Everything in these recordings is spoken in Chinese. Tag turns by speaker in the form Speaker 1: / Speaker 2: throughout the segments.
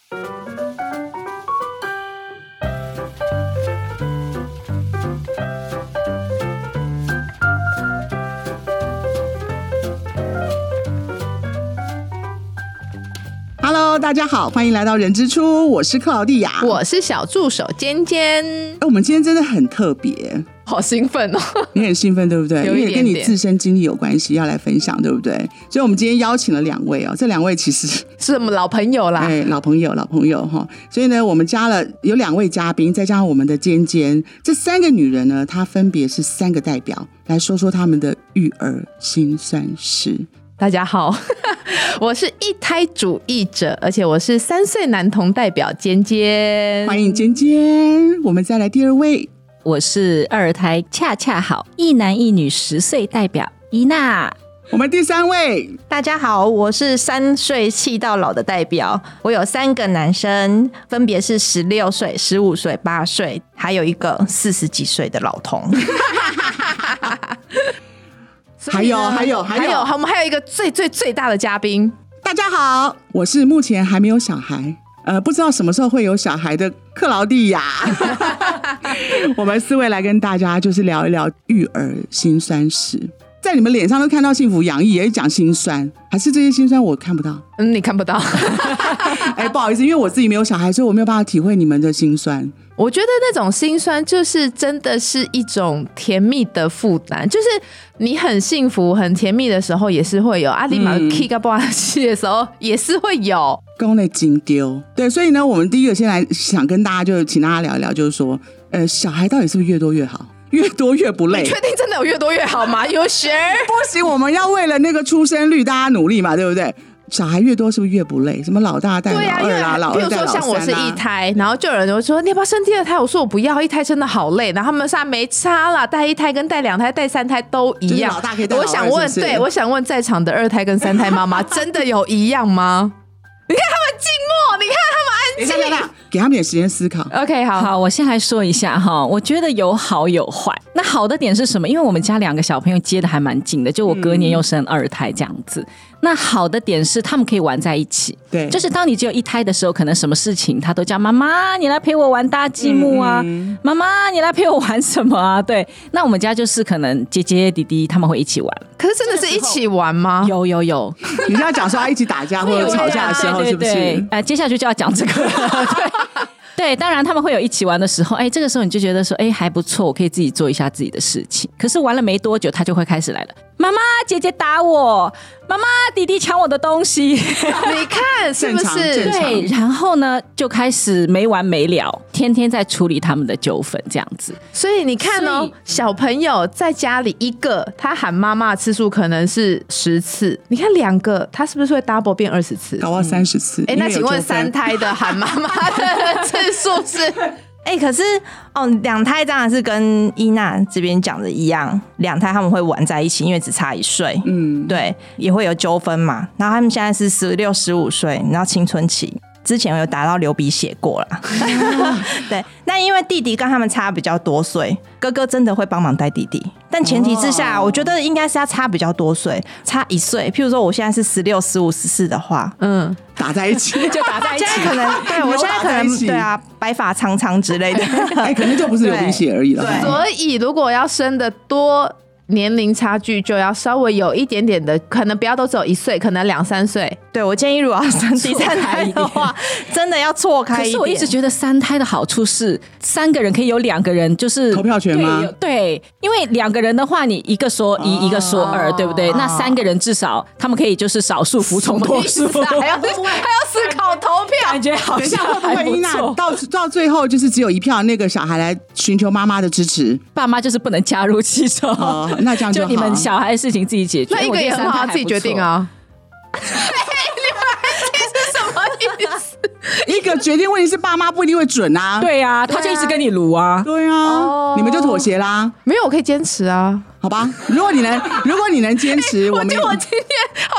Speaker 1: Hello， 大家好，欢迎来到人之初，我是克劳蒂亚，
Speaker 2: 我是小助手尖尖。
Speaker 1: 我们今天真的很特别，
Speaker 2: 好兴奋哦！
Speaker 1: 你很兴奋对不对？
Speaker 2: 有一点点，
Speaker 1: 因为跟你自身经历有关系，要来分享对不对？所以我们今天邀请了2位哦，这2位其实
Speaker 2: 是我们老朋友啦，
Speaker 1: 老朋友哈。所以呢，我们加了有2位嘉宾，再加上我们的尖尖，这3个女人呢，她分别是3个代表，来说说她们的育儿辛酸事。
Speaker 2: 大家好，我是一胎主义者，而且我是3岁男童代表尖尖，
Speaker 1: 欢迎尖尖。我们再来第2位，
Speaker 3: 我是2胎恰恰好一男一女10岁代表伊娜。
Speaker 1: 我们第3位，
Speaker 4: 大家好，我是3岁气到老的代表，我有3个男生，分别是16岁、15岁、8岁，还有一个40几岁的老童。
Speaker 1: 还有，
Speaker 2: 我们还有一个最大的嘉宾。
Speaker 1: 大家好，我是目前还没有小孩，不知道什么时候会有小孩的克劳蒂亚。我们4位来跟大家就是聊一聊育儿辛酸事。在你们脸上都看到幸福洋溢，也讲辛酸，还是这些辛酸我看不到？
Speaker 2: 你看不到。
Speaker 1: 不好意思，因为我自己没有小孩，所以我没有办法体会你们的辛酸。
Speaker 2: 我觉得那种辛酸就是真的是一种甜蜜的负担，就是你很幸福很甜蜜的时候也是会有，阿里马 kick up 的时候也是会有，
Speaker 1: 公内金丢。对，所以呢，我们第一个先来想跟大家就请大家聊一聊，就是说小孩到底是不是越多越好，越多越不累？
Speaker 2: 你确定真的有越多越好吗？ You sure？
Speaker 1: 不行，我们要为了那个出生率大家努力嘛，对不对？小孩越多是不是越不累？什么老大带老二啦，老二带老三啦。
Speaker 2: 比如说像我是1胎，然后就有人就说你要不要生第2胎？我说我不要，1胎真的好累。然后他们说没差啦，带1胎跟带2胎、带3胎都一样。
Speaker 1: 就是老大可以带老二，
Speaker 2: 我想问，
Speaker 1: 是不是？
Speaker 2: 对，我想问在场的2胎跟3胎妈妈，真的有一样吗？你看他们静默，你看他们安静。
Speaker 1: 给他们点时间思考。
Speaker 2: OK，
Speaker 3: 好，我先来说一下哈，我觉得有好有坏。那好的点是什么？因为我们家2个小朋友接的还蛮近的，就我隔年又生2胎这样子。那好的点是他们可以玩在一起，
Speaker 1: 对，
Speaker 3: 就是当你只有1胎的时候，可能什么事情他都叫妈妈你来陪我玩搭积木啊，妈妈你来陪我玩什么啊？对，那我们家就是可能姐姐弟弟他们会一起玩。
Speaker 2: 可是真的是一起玩吗？
Speaker 3: 有
Speaker 1: 你是要讲说他一起打架或者吵架的时候是不是？
Speaker 3: 对，接下去就要讲这个对，当然他们会有一起玩的时候，这个时候你就觉得说还不错，我可以自己做一下自己的事情。可是玩了没多久他就会开始来了，妈妈姐姐打我，妈妈弟弟抢我的东西。你
Speaker 2: 看是不是？
Speaker 3: 对，然后呢就开始没完没了，天天在处理他们的纠纷这样子。
Speaker 2: 所以你看哦，小朋友在家里一个他喊妈妈的次数可能是10次，你看2个他是不是会 double 变20次，
Speaker 1: 搞到30次？
Speaker 2: 那请问3胎的喊妈妈的次数是
Speaker 4: 可是2胎当然是跟伊娜这边讲的一样，2胎他们会玩在一起，因为只差1岁，对，也会有纠纷嘛。然后他们现在是16、15岁，然后青春期，之前有打到流鼻血过啦。对，那因为弟弟跟他们差比较多岁，哥哥真的会帮忙带弟弟，但前提之下，我觉得应该是要差比较多岁，差1岁。譬如说我现在是16、15、14的话，
Speaker 1: 打在一起
Speaker 3: 就打在一起。
Speaker 4: 现在可能对我现在可能对啊，白发苍苍之类的，
Speaker 1: 可能就不是流鼻血而已了。
Speaker 2: 所以如果要生的多，年龄差距就要稍微有一点点的，可能不要都只有1岁，可能2、3岁。
Speaker 4: 对，我建议如果要生第3胎的话，真的要错开一点。
Speaker 3: 可是我一直觉得3胎的好处是3个人可以有2个人就是
Speaker 1: 投票权吗？
Speaker 3: 对，因为2个人的话，你一个说1，一个说2，对不对？那3个人至少他们可以就是少数服从多数，
Speaker 2: 还要思考投票，
Speaker 3: 感觉好像还不错。
Speaker 1: 到最后就是只有1票，那个小孩来寻求妈妈的支持，
Speaker 3: 爸妈就是不能加入其中。
Speaker 1: 那这样就好，
Speaker 3: 就你们小孩的事情自己解决，
Speaker 2: 那一个也很好，自己决定啊。你们是什么意思？
Speaker 1: 一个决定问题是爸妈不一定会准啊。
Speaker 3: 对啊，他就一直跟你撸啊。
Speaker 1: 对啊，你们就妥协啦。
Speaker 2: 没有，我可以坚持啊。
Speaker 1: 好吧，如果你能坚持，
Speaker 2: 我觉得我今天好像会败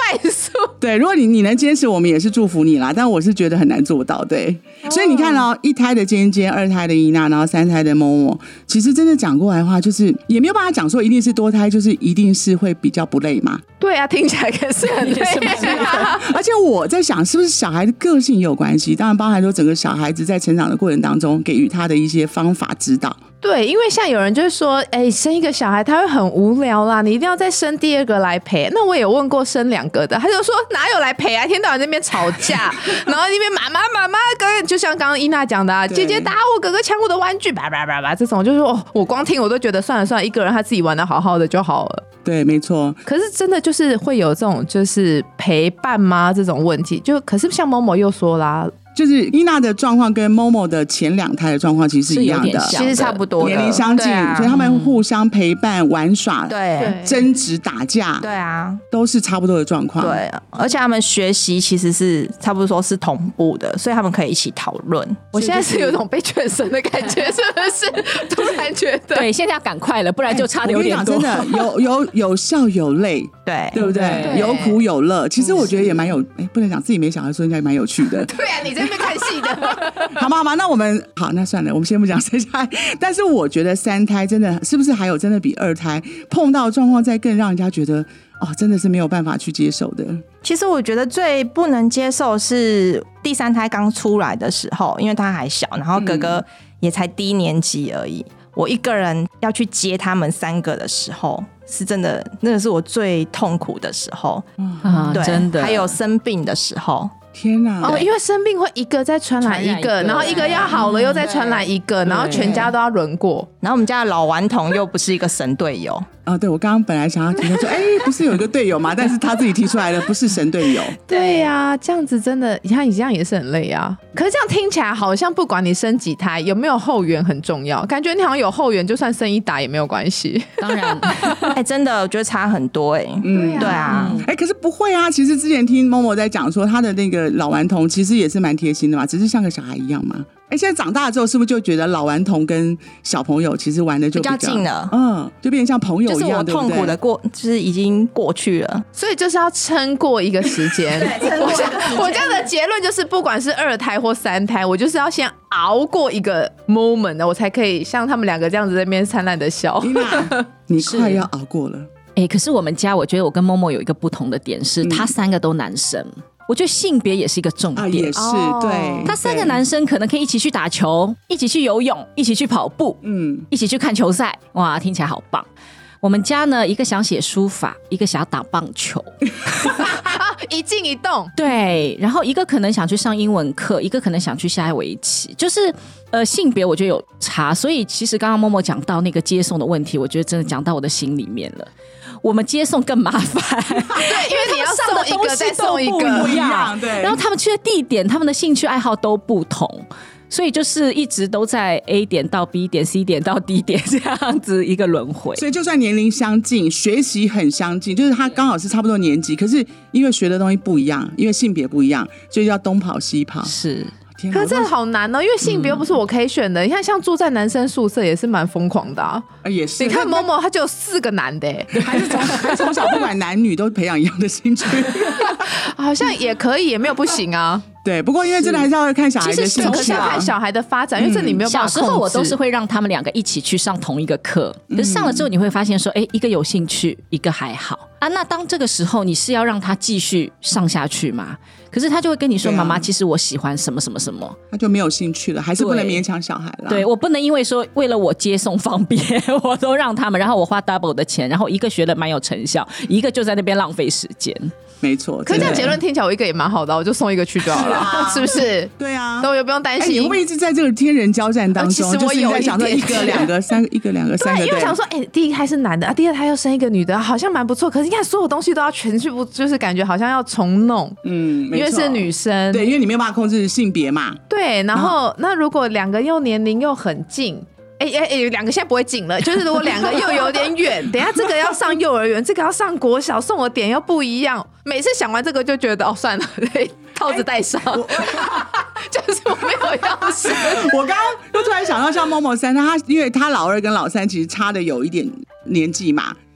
Speaker 2: 快速。
Speaker 1: 对，如果你能坚持，我们也是祝福你啦。但我是觉得很难做到，对。所以你看哦，一胎的尖尖，二胎的伊娜，然后三胎的某某，其实真的讲过来的话，就是也没有办法讲说一定是多胎，就是一定是会比较不累嘛。
Speaker 2: 对啊，听起来可是很累啊。
Speaker 1: 而且我在想，是不是小孩的个性也有关系？当然，包含说整个小孩子在成长的过程当中，给予他的一些方法指导。
Speaker 2: 对，因为像有人就是说，生一个小孩他会很无聊啦，你一定要再生第二个来陪。那我也问过生2个的，他就说哪有来陪啊，一天到晚在那边吵架，然后那边妈妈哥哥，就像刚刚伊娜讲的啊，姐姐打我，哥哥抢我的玩具，叭叭叭叭，这种就是我光听我都觉得算了，一个人他自己玩的好好的就好了。
Speaker 1: 对，没错。
Speaker 2: 可是真的就是会有这种就是陪伴吗这种问题？可是像某某又说啦。
Speaker 1: 就是伊娜的状况跟 Momo 的前2胎的状况其实是一样的，
Speaker 4: 其实差不多的，
Speaker 1: 年龄相近，所以他们互相陪伴、玩耍、
Speaker 4: 对
Speaker 1: 争执、打架，
Speaker 4: 对啊，
Speaker 1: 都是差不多的状况。
Speaker 4: 对，而且他们学习其实是差不多说是同步的，所以他们可以一起讨论。
Speaker 2: 我现在是有一种被劝生的感觉，是不是？突然觉得，
Speaker 3: 对，现在要赶快了，不然就差的有点多。
Speaker 1: 真的有笑有泪，
Speaker 4: 对
Speaker 1: 不对？有苦有乐。其实我觉得也蛮有，不能讲自己没小孩说应该蛮有趣的。
Speaker 2: 对啊，你在那边看戏的。
Speaker 1: 好吗？那我们好，那算了，我们先不讲生下来。但是我觉得3胎真的是不是还有真的比2胎碰到的状况再更让人家觉得真的是没有办法去接受的。
Speaker 4: 其实我觉得最不能接受是第3胎刚出来的时候，因为他还小，然后哥哥也才低年级而已，我一个人要去接他们3个的时候，是真的，那个是我最痛苦的时候对，
Speaker 3: 真的，
Speaker 4: 还有生病的时候。
Speaker 1: 天哪！
Speaker 2: 因为生病会一个再传染一个，然后一个要好了又再传染一个，然后全家都要轮过。
Speaker 4: 然后我们家的老顽童又不是一个神队友。
Speaker 1: 对，我刚刚本来想要提出说，不是有一个队友吗？但是他自己提出来的不是神队友。
Speaker 2: 对呀，这样子真的，你看你这样也是很累啊。可是这样听起来好像不管你生几胎，有没有后援很重要，感觉你好像有后援，就算生一打也没有关系。
Speaker 3: 当然，
Speaker 4: 真的我觉得差很多对啊。
Speaker 1: 可是不会啊，其实之前听 Momo 在讲说他的那个老顽童其实也是蛮贴心的嘛，只是像个小孩一样嘛。现在长大之后是不是就觉得老顽童跟小朋友其实玩的就比较
Speaker 4: 近了，
Speaker 1: 就变成像朋友一样，
Speaker 4: 就是我痛苦的就是已经过去了，
Speaker 2: 所以就是要撑过一个时间。我这样的结论就是，不管是2胎或3胎，我就是要先熬过一个 moment， 我才可以像他们2个这样子在那边灿烂的笑。
Speaker 1: 你快要熬过了。
Speaker 3: 可是我们家，我觉得我跟Momo有一个不同的点是，他3个都男生。我觉得性别也是一个重点，
Speaker 1: 也是对。
Speaker 3: 他3个男生可能可以一起去打球，一起去游泳，一起去跑步，一起去看球赛，哇，听起来好棒。我们家呢，一个想写书法，一个想要打棒球，
Speaker 2: 一静一动。
Speaker 3: 对，然后一个可能想去上英文课，一个可能想去下围棋，就是性别我觉得有差。所以其实刚刚Momo讲到那个接送的问题，我觉得真的讲到我的心里面了。我们接送更麻烦，
Speaker 2: 对，因为你要送一个再送一个
Speaker 3: 不一样，
Speaker 1: 对。
Speaker 3: 然后他们去的地点、他们的兴趣爱好都不同，所以就是一直都在 A 点到 B 点、C 点到 D 点这样子一个轮回。
Speaker 1: 所以就算年龄相近，学习很相近，就是他刚好是差不多年纪，可是因为学的东西不一样，因为性别不一样，所以要东跑西跑。
Speaker 3: 是。
Speaker 2: 可是这好难因为性别又不是我可以选的。你看，像住在男生宿舍也是蛮疯狂的
Speaker 1: 也是。
Speaker 2: 你看某某他就有4个男的
Speaker 1: 还是从小不管男女都培养一样的兴趣，
Speaker 2: 好像也可以，也没有不行啊。
Speaker 1: 对，不过因为真的还是要看小孩的兴趣，
Speaker 2: 可是看小孩的发展，因为这你没有办法控制。
Speaker 3: 小时候我都是会让他们2个一起去上同一个课，可是上了之后你会发现说，一个有兴趣，一个还好啊。那当这个时候你是要让他继续上下去吗？可是他就会跟你说，妈妈，其实我喜欢什么什么什么，
Speaker 1: 他就没有兴趣了，还是不能勉强小孩了。
Speaker 3: 对，我不能因为说为了我接送方便，我都让他们，然后我花 double 的钱，然后一个学的蛮有成效，一个就在那边浪费时间。
Speaker 1: 没错，
Speaker 2: 可是这样结论听起来我一个也蛮好的，我就送一个去就好了，是不是？
Speaker 1: 对啊，
Speaker 2: 都不用担心。
Speaker 1: 你会不会一直在这个天人交战当中？就是在想说1个2个3个1个2个3个，
Speaker 2: 对，因为想说，第1胎是男的第2胎又生一个女的，好像蛮不错。可是你看，所有东西都要全去，就是感觉好像要重弄，因为是女生，
Speaker 1: 对，因为你没有办法控制性别嘛。
Speaker 2: 对，然后那如果2个又年龄又很近。2个现在不会近了，就是如果2个又有点远，等一下这个要上幼儿园，这个要上国小，送的点又不一样。每次想完这个就觉得算了，套子戴上，就是我没有要生。
Speaker 1: 我刚刚又突然想到，像Momo3，他因为他老2跟老3其实差的有一点年纪嘛。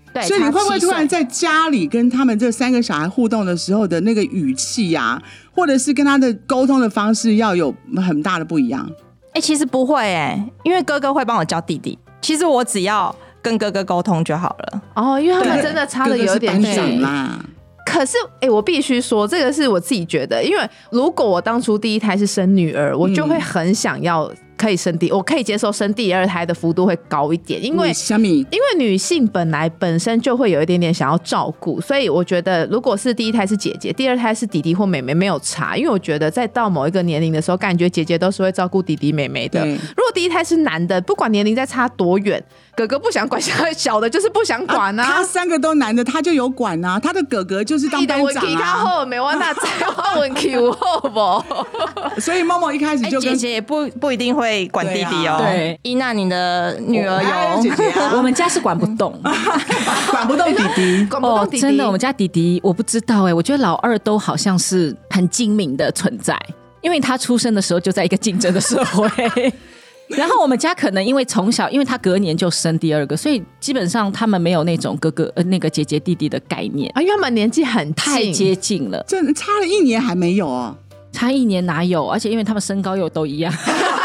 Speaker 4: 对，
Speaker 1: 所以你会不会
Speaker 4: 差7岁
Speaker 1: 突然在家里跟他们这3个小孩互动的时候的那个语气啊，或者是跟他的沟通的方式要有很大的不一样？
Speaker 4: 其实不会因为哥哥会帮我教弟弟，其实我只要跟哥哥沟通就好了。
Speaker 2: 哦，因为他们真的差的有点
Speaker 1: 哥哥是班长啦。
Speaker 2: 可是，我必须说，这个是我自己觉得，因为如果我当初第一胎是生女儿，我就会很想要可以生我可以接受生第2胎的幅度会高一点，因为女性本身就会有一点点想要照顾，所以我觉得如果是第一胎是姐姐，第2胎是弟弟或妹妹没有差，因为我觉得在到某一个年龄的时候，感觉姐姐都是会照顾弟弟妹妹的。如果第一胎是男的，不管年龄再差多远，哥哥不想管小的，就是不想管啊。
Speaker 1: 他3个都男的，他就有管啊。他的哥哥就是当班长啊。
Speaker 2: 他后没完那再换问题有好不？
Speaker 1: 所以默默一开始就跟
Speaker 4: 姐姐也不一定会管弟弟哦。
Speaker 3: 对，
Speaker 4: 伊娜，你的女儿有
Speaker 1: 姐姐啊？
Speaker 3: 我们家是管不动，
Speaker 1: 管不动弟弟，
Speaker 2: 管不动弟弟。
Speaker 3: 真的，我们家弟弟我不知道我觉得老2都好像是很精明的存在，因为他出生的时候就在一个竞争的社会。然后我们家可能因为从小，因为他隔年就生第2个，所以基本上他们没有那种哥哥那个姐姐弟弟的概念
Speaker 2: 因为他们年纪很
Speaker 3: 太接近了，
Speaker 1: 这差了1年还没有哦，
Speaker 3: 差1年哪有？而且因为他们身高又都一样。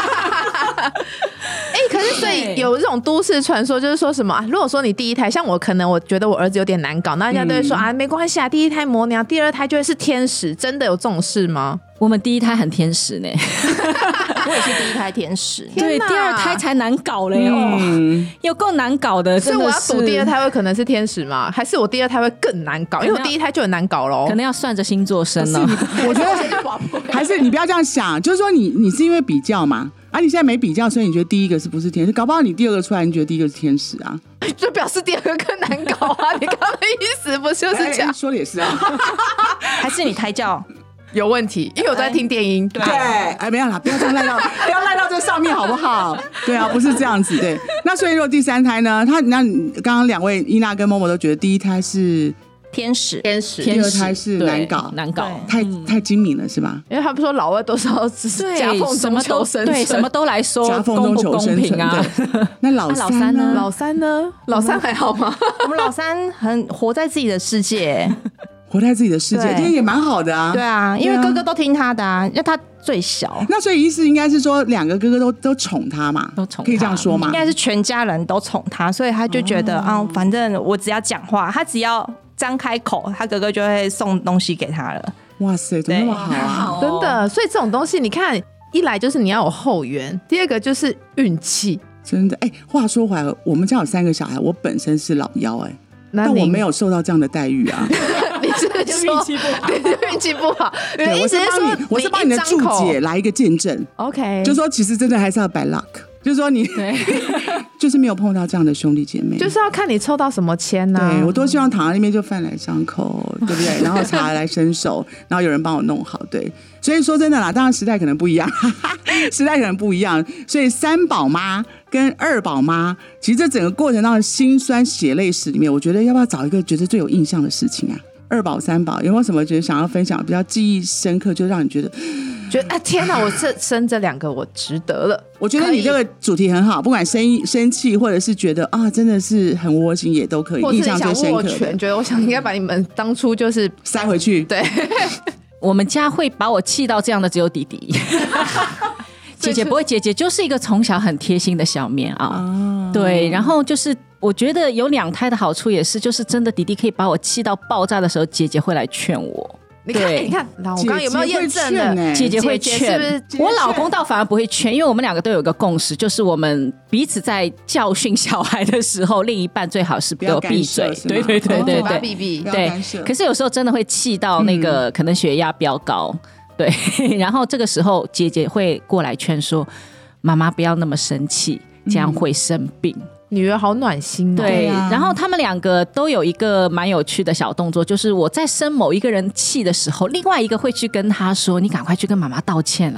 Speaker 2: 可是所以有这种都市传说，就是说什么如果说你第一胎，像我可能我觉得我儿子有点难搞，那人家都会说没关系第一胎磨娘，第2胎就会是天使，真的有这种事吗？
Speaker 3: 我们第一胎很天使呢。
Speaker 4: 我也是第一胎天使，
Speaker 3: 对，第2胎才难搞嘞有够难搞的。
Speaker 2: 所以我要赌第2胎会可能是天使吗？还是我第2胎会更难搞？因为我第一胎就很难搞咯，
Speaker 3: 可能要算着星座生了。
Speaker 1: 我觉得还是你不要这样想，就是说你是因为比较嘛，你现在没比较，所以你觉得第1个是不是天使？搞不好你第2个出来，你觉得第1个是天使啊，
Speaker 2: 就表示第2个更难搞啊！你刚刚的意思不就是这样？
Speaker 1: 说的也是啊，
Speaker 4: 还是你胎教
Speaker 2: 有问题？因为我在听电音。
Speaker 1: 对，没有啦，不要这样赖到这上面好不好？对啊，不是这样子。对，那所以如果第3胎呢？那刚刚2位伊娜跟默默都觉得第1胎是
Speaker 4: 天使，
Speaker 1: 第2胎是难搞，太精明了是吧？
Speaker 2: 因为他们说老2都是要夹缝中求生存，
Speaker 3: 对，什么都来说
Speaker 1: 夹缝中求生存啊。那老3呢？
Speaker 2: 老3还好吗？
Speaker 4: 我们老3很活在自己的世界。
Speaker 1: 活在自己的世界，这也蛮好的啊。
Speaker 4: 对啊，因为哥哥都听他的因为他最小。
Speaker 1: 那所以意思应该是说2个哥哥都宠他嘛，
Speaker 3: 都宠他，
Speaker 1: 可以这样说吗？
Speaker 4: 应该是全家人都宠他，所以他就觉得反正我只要讲话，他只要张开口，他哥哥就会送东西给他了。
Speaker 1: 哇塞，怎么那么好啊？
Speaker 2: 真的，所以这种东西你看，一来就是你要有后援，第2个就是运气。
Speaker 1: 真的话说回来，我们家有3个小孩，我本身是老幺但我没有受到这样的待遇啊。
Speaker 2: 你是运气不好，运气不好。
Speaker 1: 对，我是帮你的注解来一个见证。
Speaker 2: OK，
Speaker 1: 就说其实真的还是要 by luck， 就是说你就是没有碰到这样的兄弟姐妹，
Speaker 2: 就是要看你抽到什么签啊。
Speaker 1: 对，我多希望躺在那边就饭来张口，对不对？然后茶来伸手，然后有人帮我弄好。对，所以说真的啦，当然时代可能不一样，所以3宝妈跟2宝妈，其实这整个过程当中辛酸血泪史里面，我觉得要不要找一个觉得最有印象的事情啊？2宝3宝有没有什么觉得想要分享比较记忆深刻，就让你觉得
Speaker 2: 天哪，我生这2个我值得了。
Speaker 1: 我觉得你这个主题很好，不管生气或者是觉得真的是很窝心也都可以，印象最深刻的。
Speaker 2: 觉得我想应该把你们当初就是
Speaker 1: 塞回去。
Speaker 2: 对，
Speaker 3: 我们家会把我气到这样的只有弟弟。姐姐不会，姐姐就是一个从小很贴心的小棉袄。对，然后就是我觉得有2胎的好处也是，就是真的弟弟可以把我气到爆炸的时候，姐姐会来劝我。
Speaker 2: 你看，我刚刚有没有验证的？
Speaker 3: 姐姐会劝，是不是？我老公倒反而不会劝，因为我们2个都有一个共识，就是我们彼此在教训小孩的时候，另一半最好是给我闭嘴。对，对。可是有时候真的会气到那个可能血压飙高。对，然后这个时候姐姐会过来劝说妈妈不要那么生气，这样会生病。
Speaker 2: 女儿好暖心哦。
Speaker 3: 对，然后他们2个都有一个蛮有趣的小动作，就是我在生某一个人气的时候，另外一个会去跟他说：“你赶快去跟妈妈道歉啦。”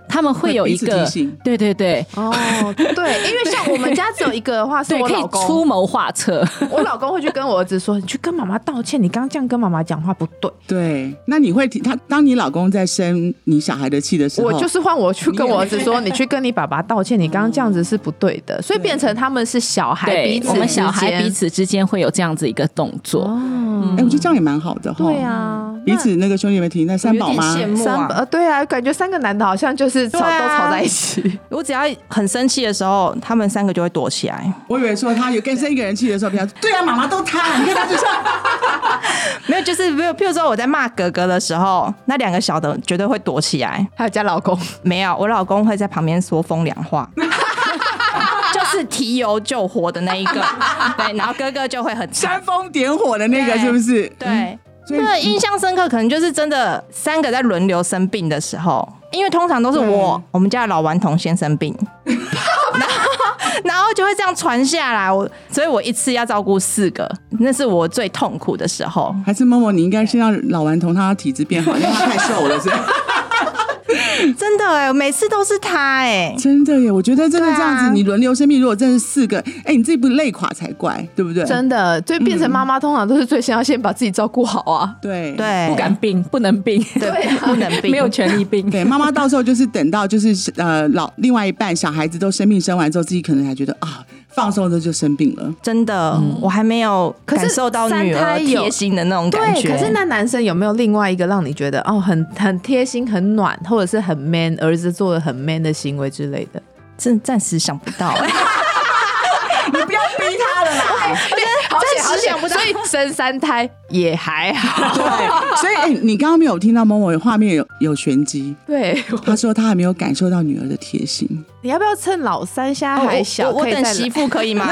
Speaker 3: 他们会有一个对对对
Speaker 2: 哦，对，因为像我们家只有一个的话，是我老公
Speaker 3: 可以出谋划策。
Speaker 2: 我老公会去跟我儿子说：“你去跟妈妈道歉，你刚刚这样跟妈妈讲话不对。”
Speaker 1: 对，那你会当你老公在生你小孩的气的时候，
Speaker 2: 我就是换我去跟我儿子说：“你去跟你爸爸道歉，你刚刚这样子是不对的。”所以变成他们是小孩彼此之间，
Speaker 3: 我们小孩彼此之间会有这样子一个动作。
Speaker 1: 我觉得这样也蛮好的。
Speaker 2: 对啊，
Speaker 1: 彼此那个兄弟们提那三宝吗？
Speaker 2: 对啊，感觉3个男的好像就是都吵在一起。
Speaker 4: 我只要很生气的时候，他们3个就会躲起来。
Speaker 1: 我以为说他有跟生一个人气的时候，对啊，妈妈都他，你看他就像
Speaker 4: 没有，就是譬如说我在骂哥哥的时候，那2个小的绝对会躲起来。
Speaker 2: 还有加老公
Speaker 4: 没有，我老公会在旁边说风凉话。就是提油救火的那一个，对，然后哥哥就会很
Speaker 1: 煽风点火的那个，是不是？
Speaker 4: 对，这个印象深刻，可能就是真的3个在轮流生病的时候，因为通常都是我们家的老顽童先生病，然后就会这样传下来，所以我一次要照顾4个，那是我最痛苦的时候。
Speaker 1: 还是默默，你应该先让老顽童他体质变好，因为他太瘦了，是吧？
Speaker 4: 真的每次都是他
Speaker 1: 真的耶！我觉得真的这样子，你轮流生病，如果真的是4个，你自己不累垮才怪，对不对？
Speaker 2: 真的，就变成妈妈通常都是最先要先把自己照顾好啊。
Speaker 1: 对，
Speaker 3: 不敢病，不能病，
Speaker 4: 对，不能病，
Speaker 3: 没有权利病。
Speaker 1: 对，妈妈到时候就是等到就是另外一半小孩子都生病生完之后，自己可能还觉得放松的就生病了。
Speaker 4: 真的，我还没有感受到女儿贴心的那种感觉。
Speaker 2: 对，可是那男生有没有另外一个让你觉得很贴心、很暖，或者是很 man， 儿子做的很 man 的行为之类的？
Speaker 4: 真暂时想不到。
Speaker 1: 你不要逼他了啦！
Speaker 2: 暂时想不到，所以生3胎也还好。
Speaker 1: 对，所以你刚刚没有听到某某画面有玄机。
Speaker 2: 对，
Speaker 1: 他说他还没有感受到女儿的贴心。
Speaker 2: 你要不要趁老3现在还小，
Speaker 4: 我等媳妇可以吗？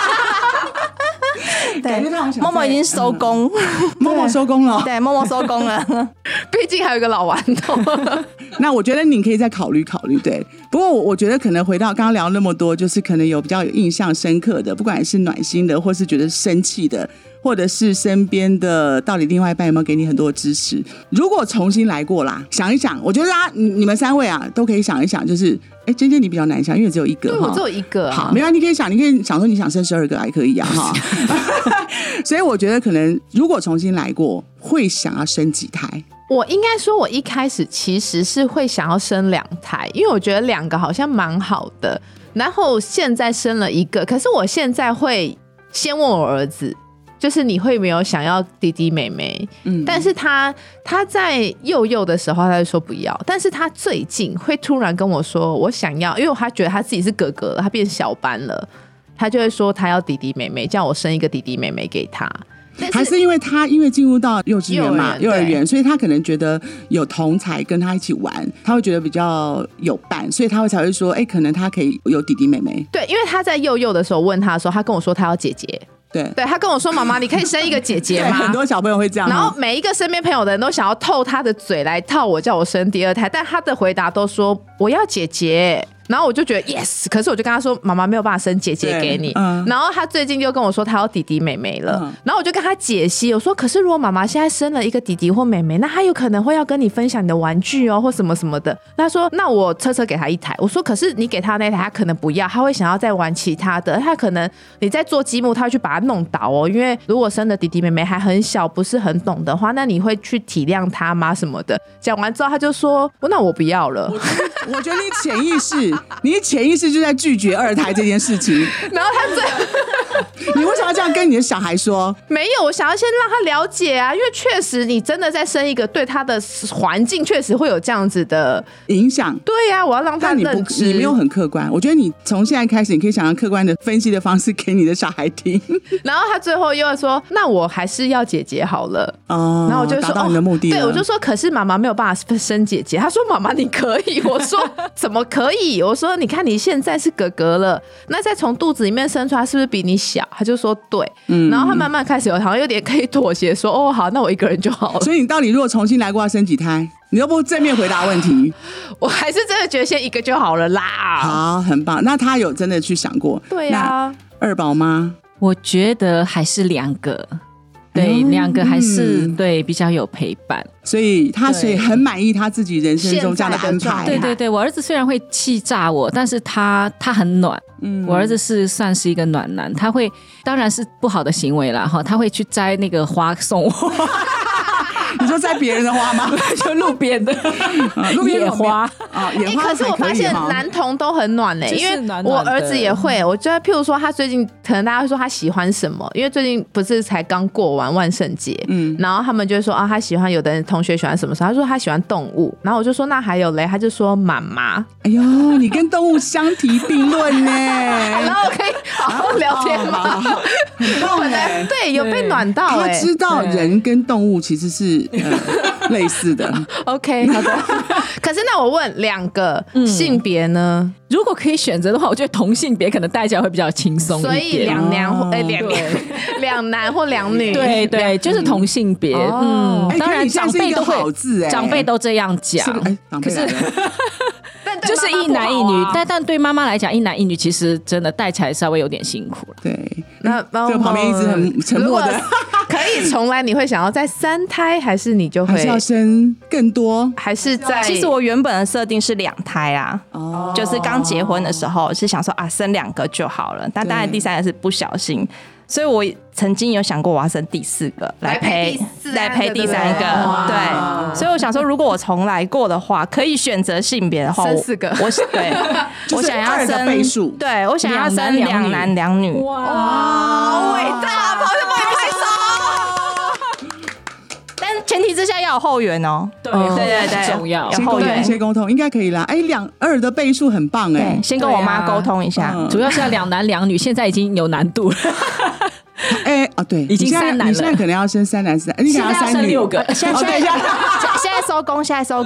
Speaker 1: 对，
Speaker 4: 默默已经收工，
Speaker 1: 默默收工了。
Speaker 4: 对，默默收工了。
Speaker 2: 毕竟还有一个老顽童。
Speaker 1: 那我觉得你可以再考虑考虑。对，不过我觉得可能回到刚刚聊那么多，就是可能有比较有印象深刻的，不管是暖心的，或是觉得生气的，或者是身边的到底另外一半有没有给你很多支持。如果重新来过啦，想一想，我觉得你们3位都可以想一想，就是尖尖你比较难想，因为只有一个。
Speaker 2: 对，我只有一个。
Speaker 1: 好，没关系，你可以想说你想生12个还可以哈。所以我觉得可能如果重新来过，会想要生几胎？
Speaker 2: 我应该说，我一开始其实是会想要生2胎，因为我觉得2个好像蛮好的。然后现在生了1个，可是我现在会先问我儿子，就是你会没有想要弟弟妹妹？但是他在幼的时候他就说不要，但是他最近会突然跟我说我想要，因为他觉得他自己是哥哥了，他变小班了，他就会说他要弟弟妹妹，叫我生一个弟弟妹妹给他。
Speaker 1: 还是因为他进入到幼稚园嘛，幼儿园，所以他可能觉得有同才跟他一起玩，他会觉得比较有伴，所以他才会说，可能他可以有弟弟妹妹。
Speaker 2: 对，因为他在幼的时候问他的时候，他跟我说他要姐姐。
Speaker 1: 对，
Speaker 2: 他跟我说妈妈，你可以生一个姐姐吗？
Speaker 1: 很多小朋友会这样。
Speaker 2: 然后每一个身边朋友的人都想要透他的嘴来套我，叫我生第2胎，但他的回答都说我要姐姐。然后我就觉得 yes， 可是我就跟他说妈妈没有办法生姐姐给你。然后他最近就跟我说他要弟弟妹妹了。然后我就跟他解析，我说可是如果妈妈现在生了一个弟弟或妹妹，那他有可能会要跟你分享你的玩具或什么什么的。他说那我车给他1台。我说可是你给他那台他可能不要，他会想要再玩其他的，他可能你在做积木他会去把它弄倒因为如果生的弟弟妹妹还很小不是很懂的话，那你会去体谅他吗什么的。讲完之后他就说那我不要了。
Speaker 1: 我觉得你潜意识就在拒绝2胎这件事情。
Speaker 2: 然后他
Speaker 1: 你为什么要这样跟你的小孩说？
Speaker 2: 没有，我想要先让他了解啊，因为确实你真的在生一个，对他的环境确实会有这样子的
Speaker 1: 影响。
Speaker 2: 对啊，我要让他认知。
Speaker 1: 你没有很客观，我觉得你从现在开始，你可以想要客观的分析的方式给你的小孩听。
Speaker 2: 然后他最后又说：“那我还是要姐姐好了。”然后我就说：“
Speaker 1: 达到你的目的了。”
Speaker 2: 对，我就说：“可是妈妈没有办法生姐姐。”他说：“妈妈你可以。”我说：“怎么可以？”我说：“你看你现在是哥哥了，那再从肚子里面生出来是不是比你小？”他就说：“对。”然后他慢慢开始好像有点可以妥协，说：“哦，好，那我一个人就好了。”
Speaker 1: 所以你到底如果重新来过要生几胎？你又不正面回答问题。
Speaker 2: 我还是真的觉得先1个就好了啦。
Speaker 1: 好，很棒。那他有真的去想过？
Speaker 2: 对啊。
Speaker 1: 2宝吗？
Speaker 3: 我觉得还是2个。 对，两个还是对比较有陪伴。
Speaker 1: 所以他很满意他自己人生中这样的安排。
Speaker 3: 对对对，我儿子虽然会气炸我，但是他很暖。我儿子算是一个暖男，他会当然是不好的行为啦哈，他会去摘那个花送我。
Speaker 1: 你说摘别人的花吗？
Speaker 3: 就路边的
Speaker 1: 路边
Speaker 3: 野花
Speaker 1: 啊，野花
Speaker 2: 可是我发现男童都很暖因为我儿子也会，我觉得譬如说他最近可能大家会说他喜欢什么，因为最近不是才刚过完万圣节，然后他们就会说啊，他喜欢，有的人同学喜欢什么时候，他说他喜欢动物，然后我就说那还有嘞，他就说妈妈。
Speaker 1: 哎呦，你跟动物相提并论呢，
Speaker 2: 然后可以好好聊天吗？
Speaker 1: 很棒哎，
Speaker 2: 对，有被暖到
Speaker 1: 他知道人跟动物其实是类似的。
Speaker 2: OK， 好的。可是那我问两个性别呢？
Speaker 3: 如果可以选择的话，我觉得同性别可能带起来会比较轻松一点。
Speaker 2: 所以两男或两女，
Speaker 3: 对对，就是同性别。当然长辈都会，长辈都这样讲。可是就是一男一女，但对妈妈来讲，一男一女其实真的带起来稍微有点辛苦了。
Speaker 1: 对，那旁边一直很沉默的。
Speaker 2: 可以重来，你会想要再3胎，还是你就会
Speaker 1: 还是要生更多？
Speaker 2: 还是在？
Speaker 4: 其实我原本的设定是2胎啦，就是刚结婚的时候是想说啊，生2个就好了。但当然第3个是不小心，所以我曾经有想过我要生第4个来陪第3个。对，所以我想说，如果我重来过的话，可以选择性别的话，
Speaker 2: 生4个。
Speaker 4: 对，我想要生
Speaker 1: 倍数。
Speaker 4: 对，我想要生2男2女。
Speaker 2: 哇，好伟大！跑去帮你拍手。
Speaker 4: 前提之下要有后援哦，
Speaker 3: 对对，重要。
Speaker 1: 有后援，先沟通，应该可以啦。2的倍数很棒哎，
Speaker 4: 先跟我妈沟通一下，
Speaker 3: 主要是要2男2女，现在已经有难度了。
Speaker 1: 对，
Speaker 3: 已经3男了，
Speaker 1: 你现在可能要生3男4，你想要3女
Speaker 3: 6个，
Speaker 4: 现在收工，现在收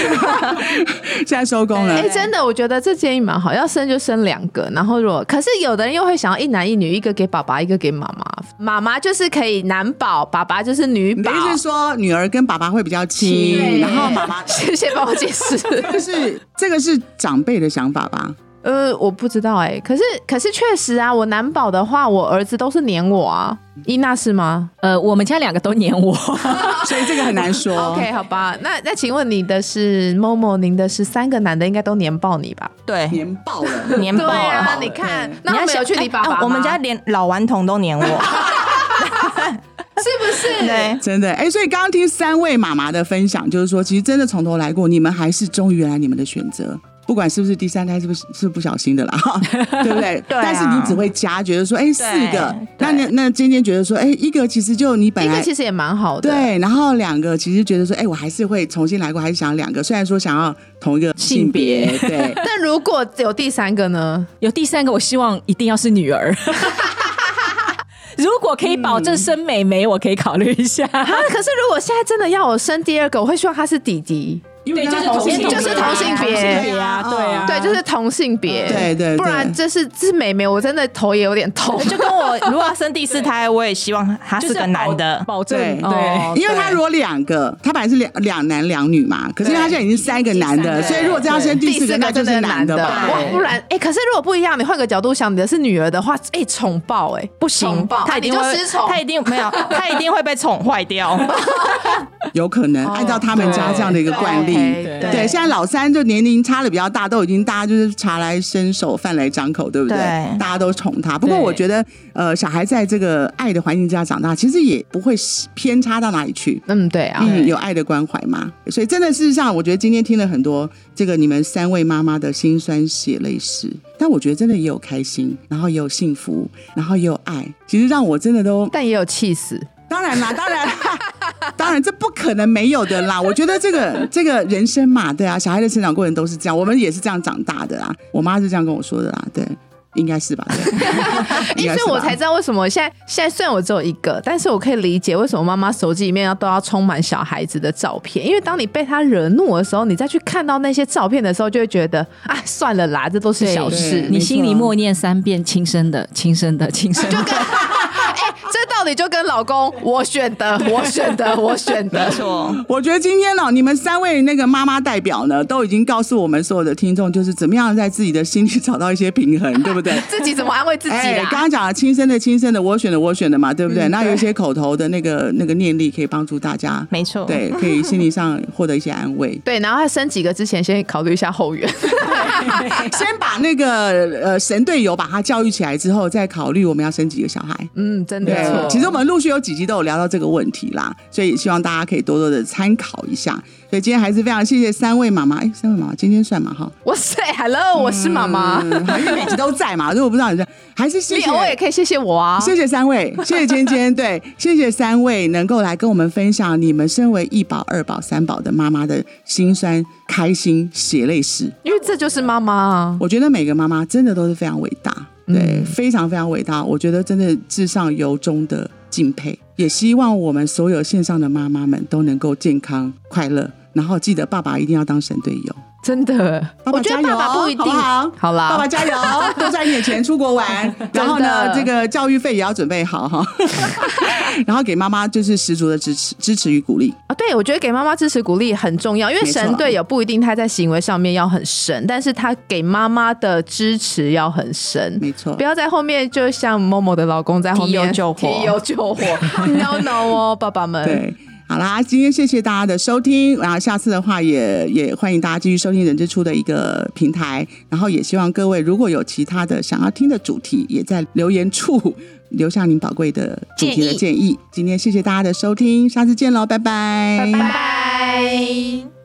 Speaker 4: 工
Speaker 1: 了。
Speaker 2: 真的，我觉得这建议蛮好，要生就生2个，然后可是有的人又会想要1男1女，一个给爸爸，一个给妈妈。妈妈就是可以男宝，爸爸就是女宝。
Speaker 1: 你的意思是说女儿跟爸爸会比较亲，然后妈妈？
Speaker 2: 谢谢帮我解释。
Speaker 1: 这个是长辈的想法吧？
Speaker 2: 我不知道可是确实啊，我男宝的话，我儿子都是黏我啊。伊娜是吗？
Speaker 3: 我们家2个都黏我，
Speaker 1: 所以这个很难说。
Speaker 2: OK， 好吧，那请问你的是 Momo， 您的是3个男的应该都黏爆你吧？
Speaker 4: 对，
Speaker 1: 黏爆了，
Speaker 4: 黏爆了。
Speaker 2: 对啊，你看，那我们有去你爸爸吗？
Speaker 4: 我们家连老顽童都黏我。
Speaker 2: 是不是？
Speaker 4: 对，
Speaker 1: 真的所以刚刚听3位妈妈的分享，就是说，其实真的从头来过，你们还是忠于原来你们的选择。不管是不是第3胎，是不小心的啦，对不对？
Speaker 4: 对、
Speaker 1: 但是你只会加，觉得说4个，那今天觉得说1个其实就你本来
Speaker 2: 1个其实也蛮好的，
Speaker 1: 对，然后2个其实觉得说我还是会重新来过，还是想要2个，虽然说想要同一个性别，对。
Speaker 2: 但如果有第3个呢？
Speaker 3: 有第3个，我希望一定要是女儿。如果可以保证生美眉，我可以考虑一下。
Speaker 2: 可是如果现在真的要我生第2个，我会希望他是弟弟。
Speaker 3: 对，就是同性别啊，对啊，
Speaker 2: 对，就是同性别，
Speaker 1: 对，
Speaker 2: 不然这是美眉，我真的头也有点痛。
Speaker 4: 就跟我如果要生第4胎，我也希望他是个男的，
Speaker 3: 保证
Speaker 1: 对，因为他如果2个，他本来是两男2女嘛，可是他现在已经3个男的，所以如果这样生第4个，那就是男的吧？
Speaker 2: 不然可是如果不一样，你换个角度想，你的是女儿的话，宠爆不行，
Speaker 4: 他一定会失宠，他一定会被宠坏掉。
Speaker 1: 有可能按照他们家这样的一个惯例。对，现在老3就年龄差的比较大，都已经大家就是茶来伸手，饭来张口，对不对？大家都宠他。不过我觉得，小孩在这个爱的环境之下长大，其实也不会偏差到哪里去。
Speaker 2: 对啊，
Speaker 1: 有爱的关怀嘛。所以真的，事实上，我觉得今天听了很多这个你们3位妈妈的辛酸血泪史，但我觉得真的也有开心，然后也有幸福，然后也有爱。其实让我真的都，
Speaker 2: 但也有气死。
Speaker 1: 当然啦，当然，这不可能没有的啦。我觉得这个人生嘛，对啊，小孩的成长过程都是这样，我们也是这样长大的啦。我妈是这样跟我说的啦，对，应该是吧？对，
Speaker 2: 所以我才知道为什么现在虽然我只有1个，但是我可以理解为什么妈妈手机里面都要充满小孩子的照片，因为当你被他惹怒的时候，你再去看到那些照片的时候，就会觉得算了啦，这都是小事。
Speaker 3: 你心里默念3遍轻声的，轻声的，轻声的。
Speaker 2: 这到底就跟老公我选的，我选的，我选的。
Speaker 4: 没错，
Speaker 1: 我觉得今天你们3位那个妈妈代表呢，都已经告诉我们所有的听众，就是怎么样在自己的心里找到一些平衡，对不对？
Speaker 2: 自己怎么安慰自己啦？
Speaker 1: 刚刚讲了亲生的，我选的嘛，对不对？那有一些口头的那个念力可以帮助大家，
Speaker 4: 没错，
Speaker 1: 对，可以心理上获得一些安慰。
Speaker 2: 对，然后他生几个之前，先考虑一下后援，
Speaker 1: 先把那个神队友把他教育起来之后，再考虑我们要生几个小孩。
Speaker 2: 真的
Speaker 1: 对，其实我们陆续有几集都有聊到这个问题啦，所以希望大家可以多多的参考一下。所以今天还是非常谢谢3位妈妈，3位妈妈今天算嘛哈？
Speaker 2: 哇塞 ，Hello， 我是妈妈，
Speaker 1: 因为每集都在嘛，如果不知道你在，还是谢谢，
Speaker 2: 我也可以谢谢我啊，
Speaker 1: 谢谢3位，谢谢尖尖，对，谢谢3位能够来跟我们分享你们身为1宝、2宝、3宝的妈妈的辛酸、开心、血泪史，
Speaker 2: 因为这就是妈妈啊。
Speaker 1: 我觉得每个妈妈真的都是非常伟大。对，非常非常伟大，我觉得真的至上由衷的敬佩，也希望我们所有线上的妈妈们都能够健康快乐，然后记得爸爸一定要当神队友，
Speaker 2: 真的，
Speaker 1: 我
Speaker 2: 觉得爸爸不一定
Speaker 1: 好啦，爸爸加油，多赚一点钱出国玩，然后呢，这个教育费也要准备好哈，然后给妈妈就是十足的支持与鼓励
Speaker 2: 啊。对，我觉得给妈妈支持鼓励很重要，因为神队友不一定他在行为上面要很神，但是他给妈妈的支持要很神，
Speaker 1: 没错，
Speaker 2: 不要在后面就像某某的老公在后面
Speaker 4: 提油救火
Speaker 2: ，no no 哦，爸爸们。
Speaker 1: 对。好啦，今天谢谢大家的收听，然后下次的话也欢迎大家继续收听人之初的一个平台，然后也希望各位如果有其他的想要听的主题，也在留言处留下您宝贵的主题的建议。今天谢谢大家的收听，下次见喽，拜拜，
Speaker 2: 拜拜。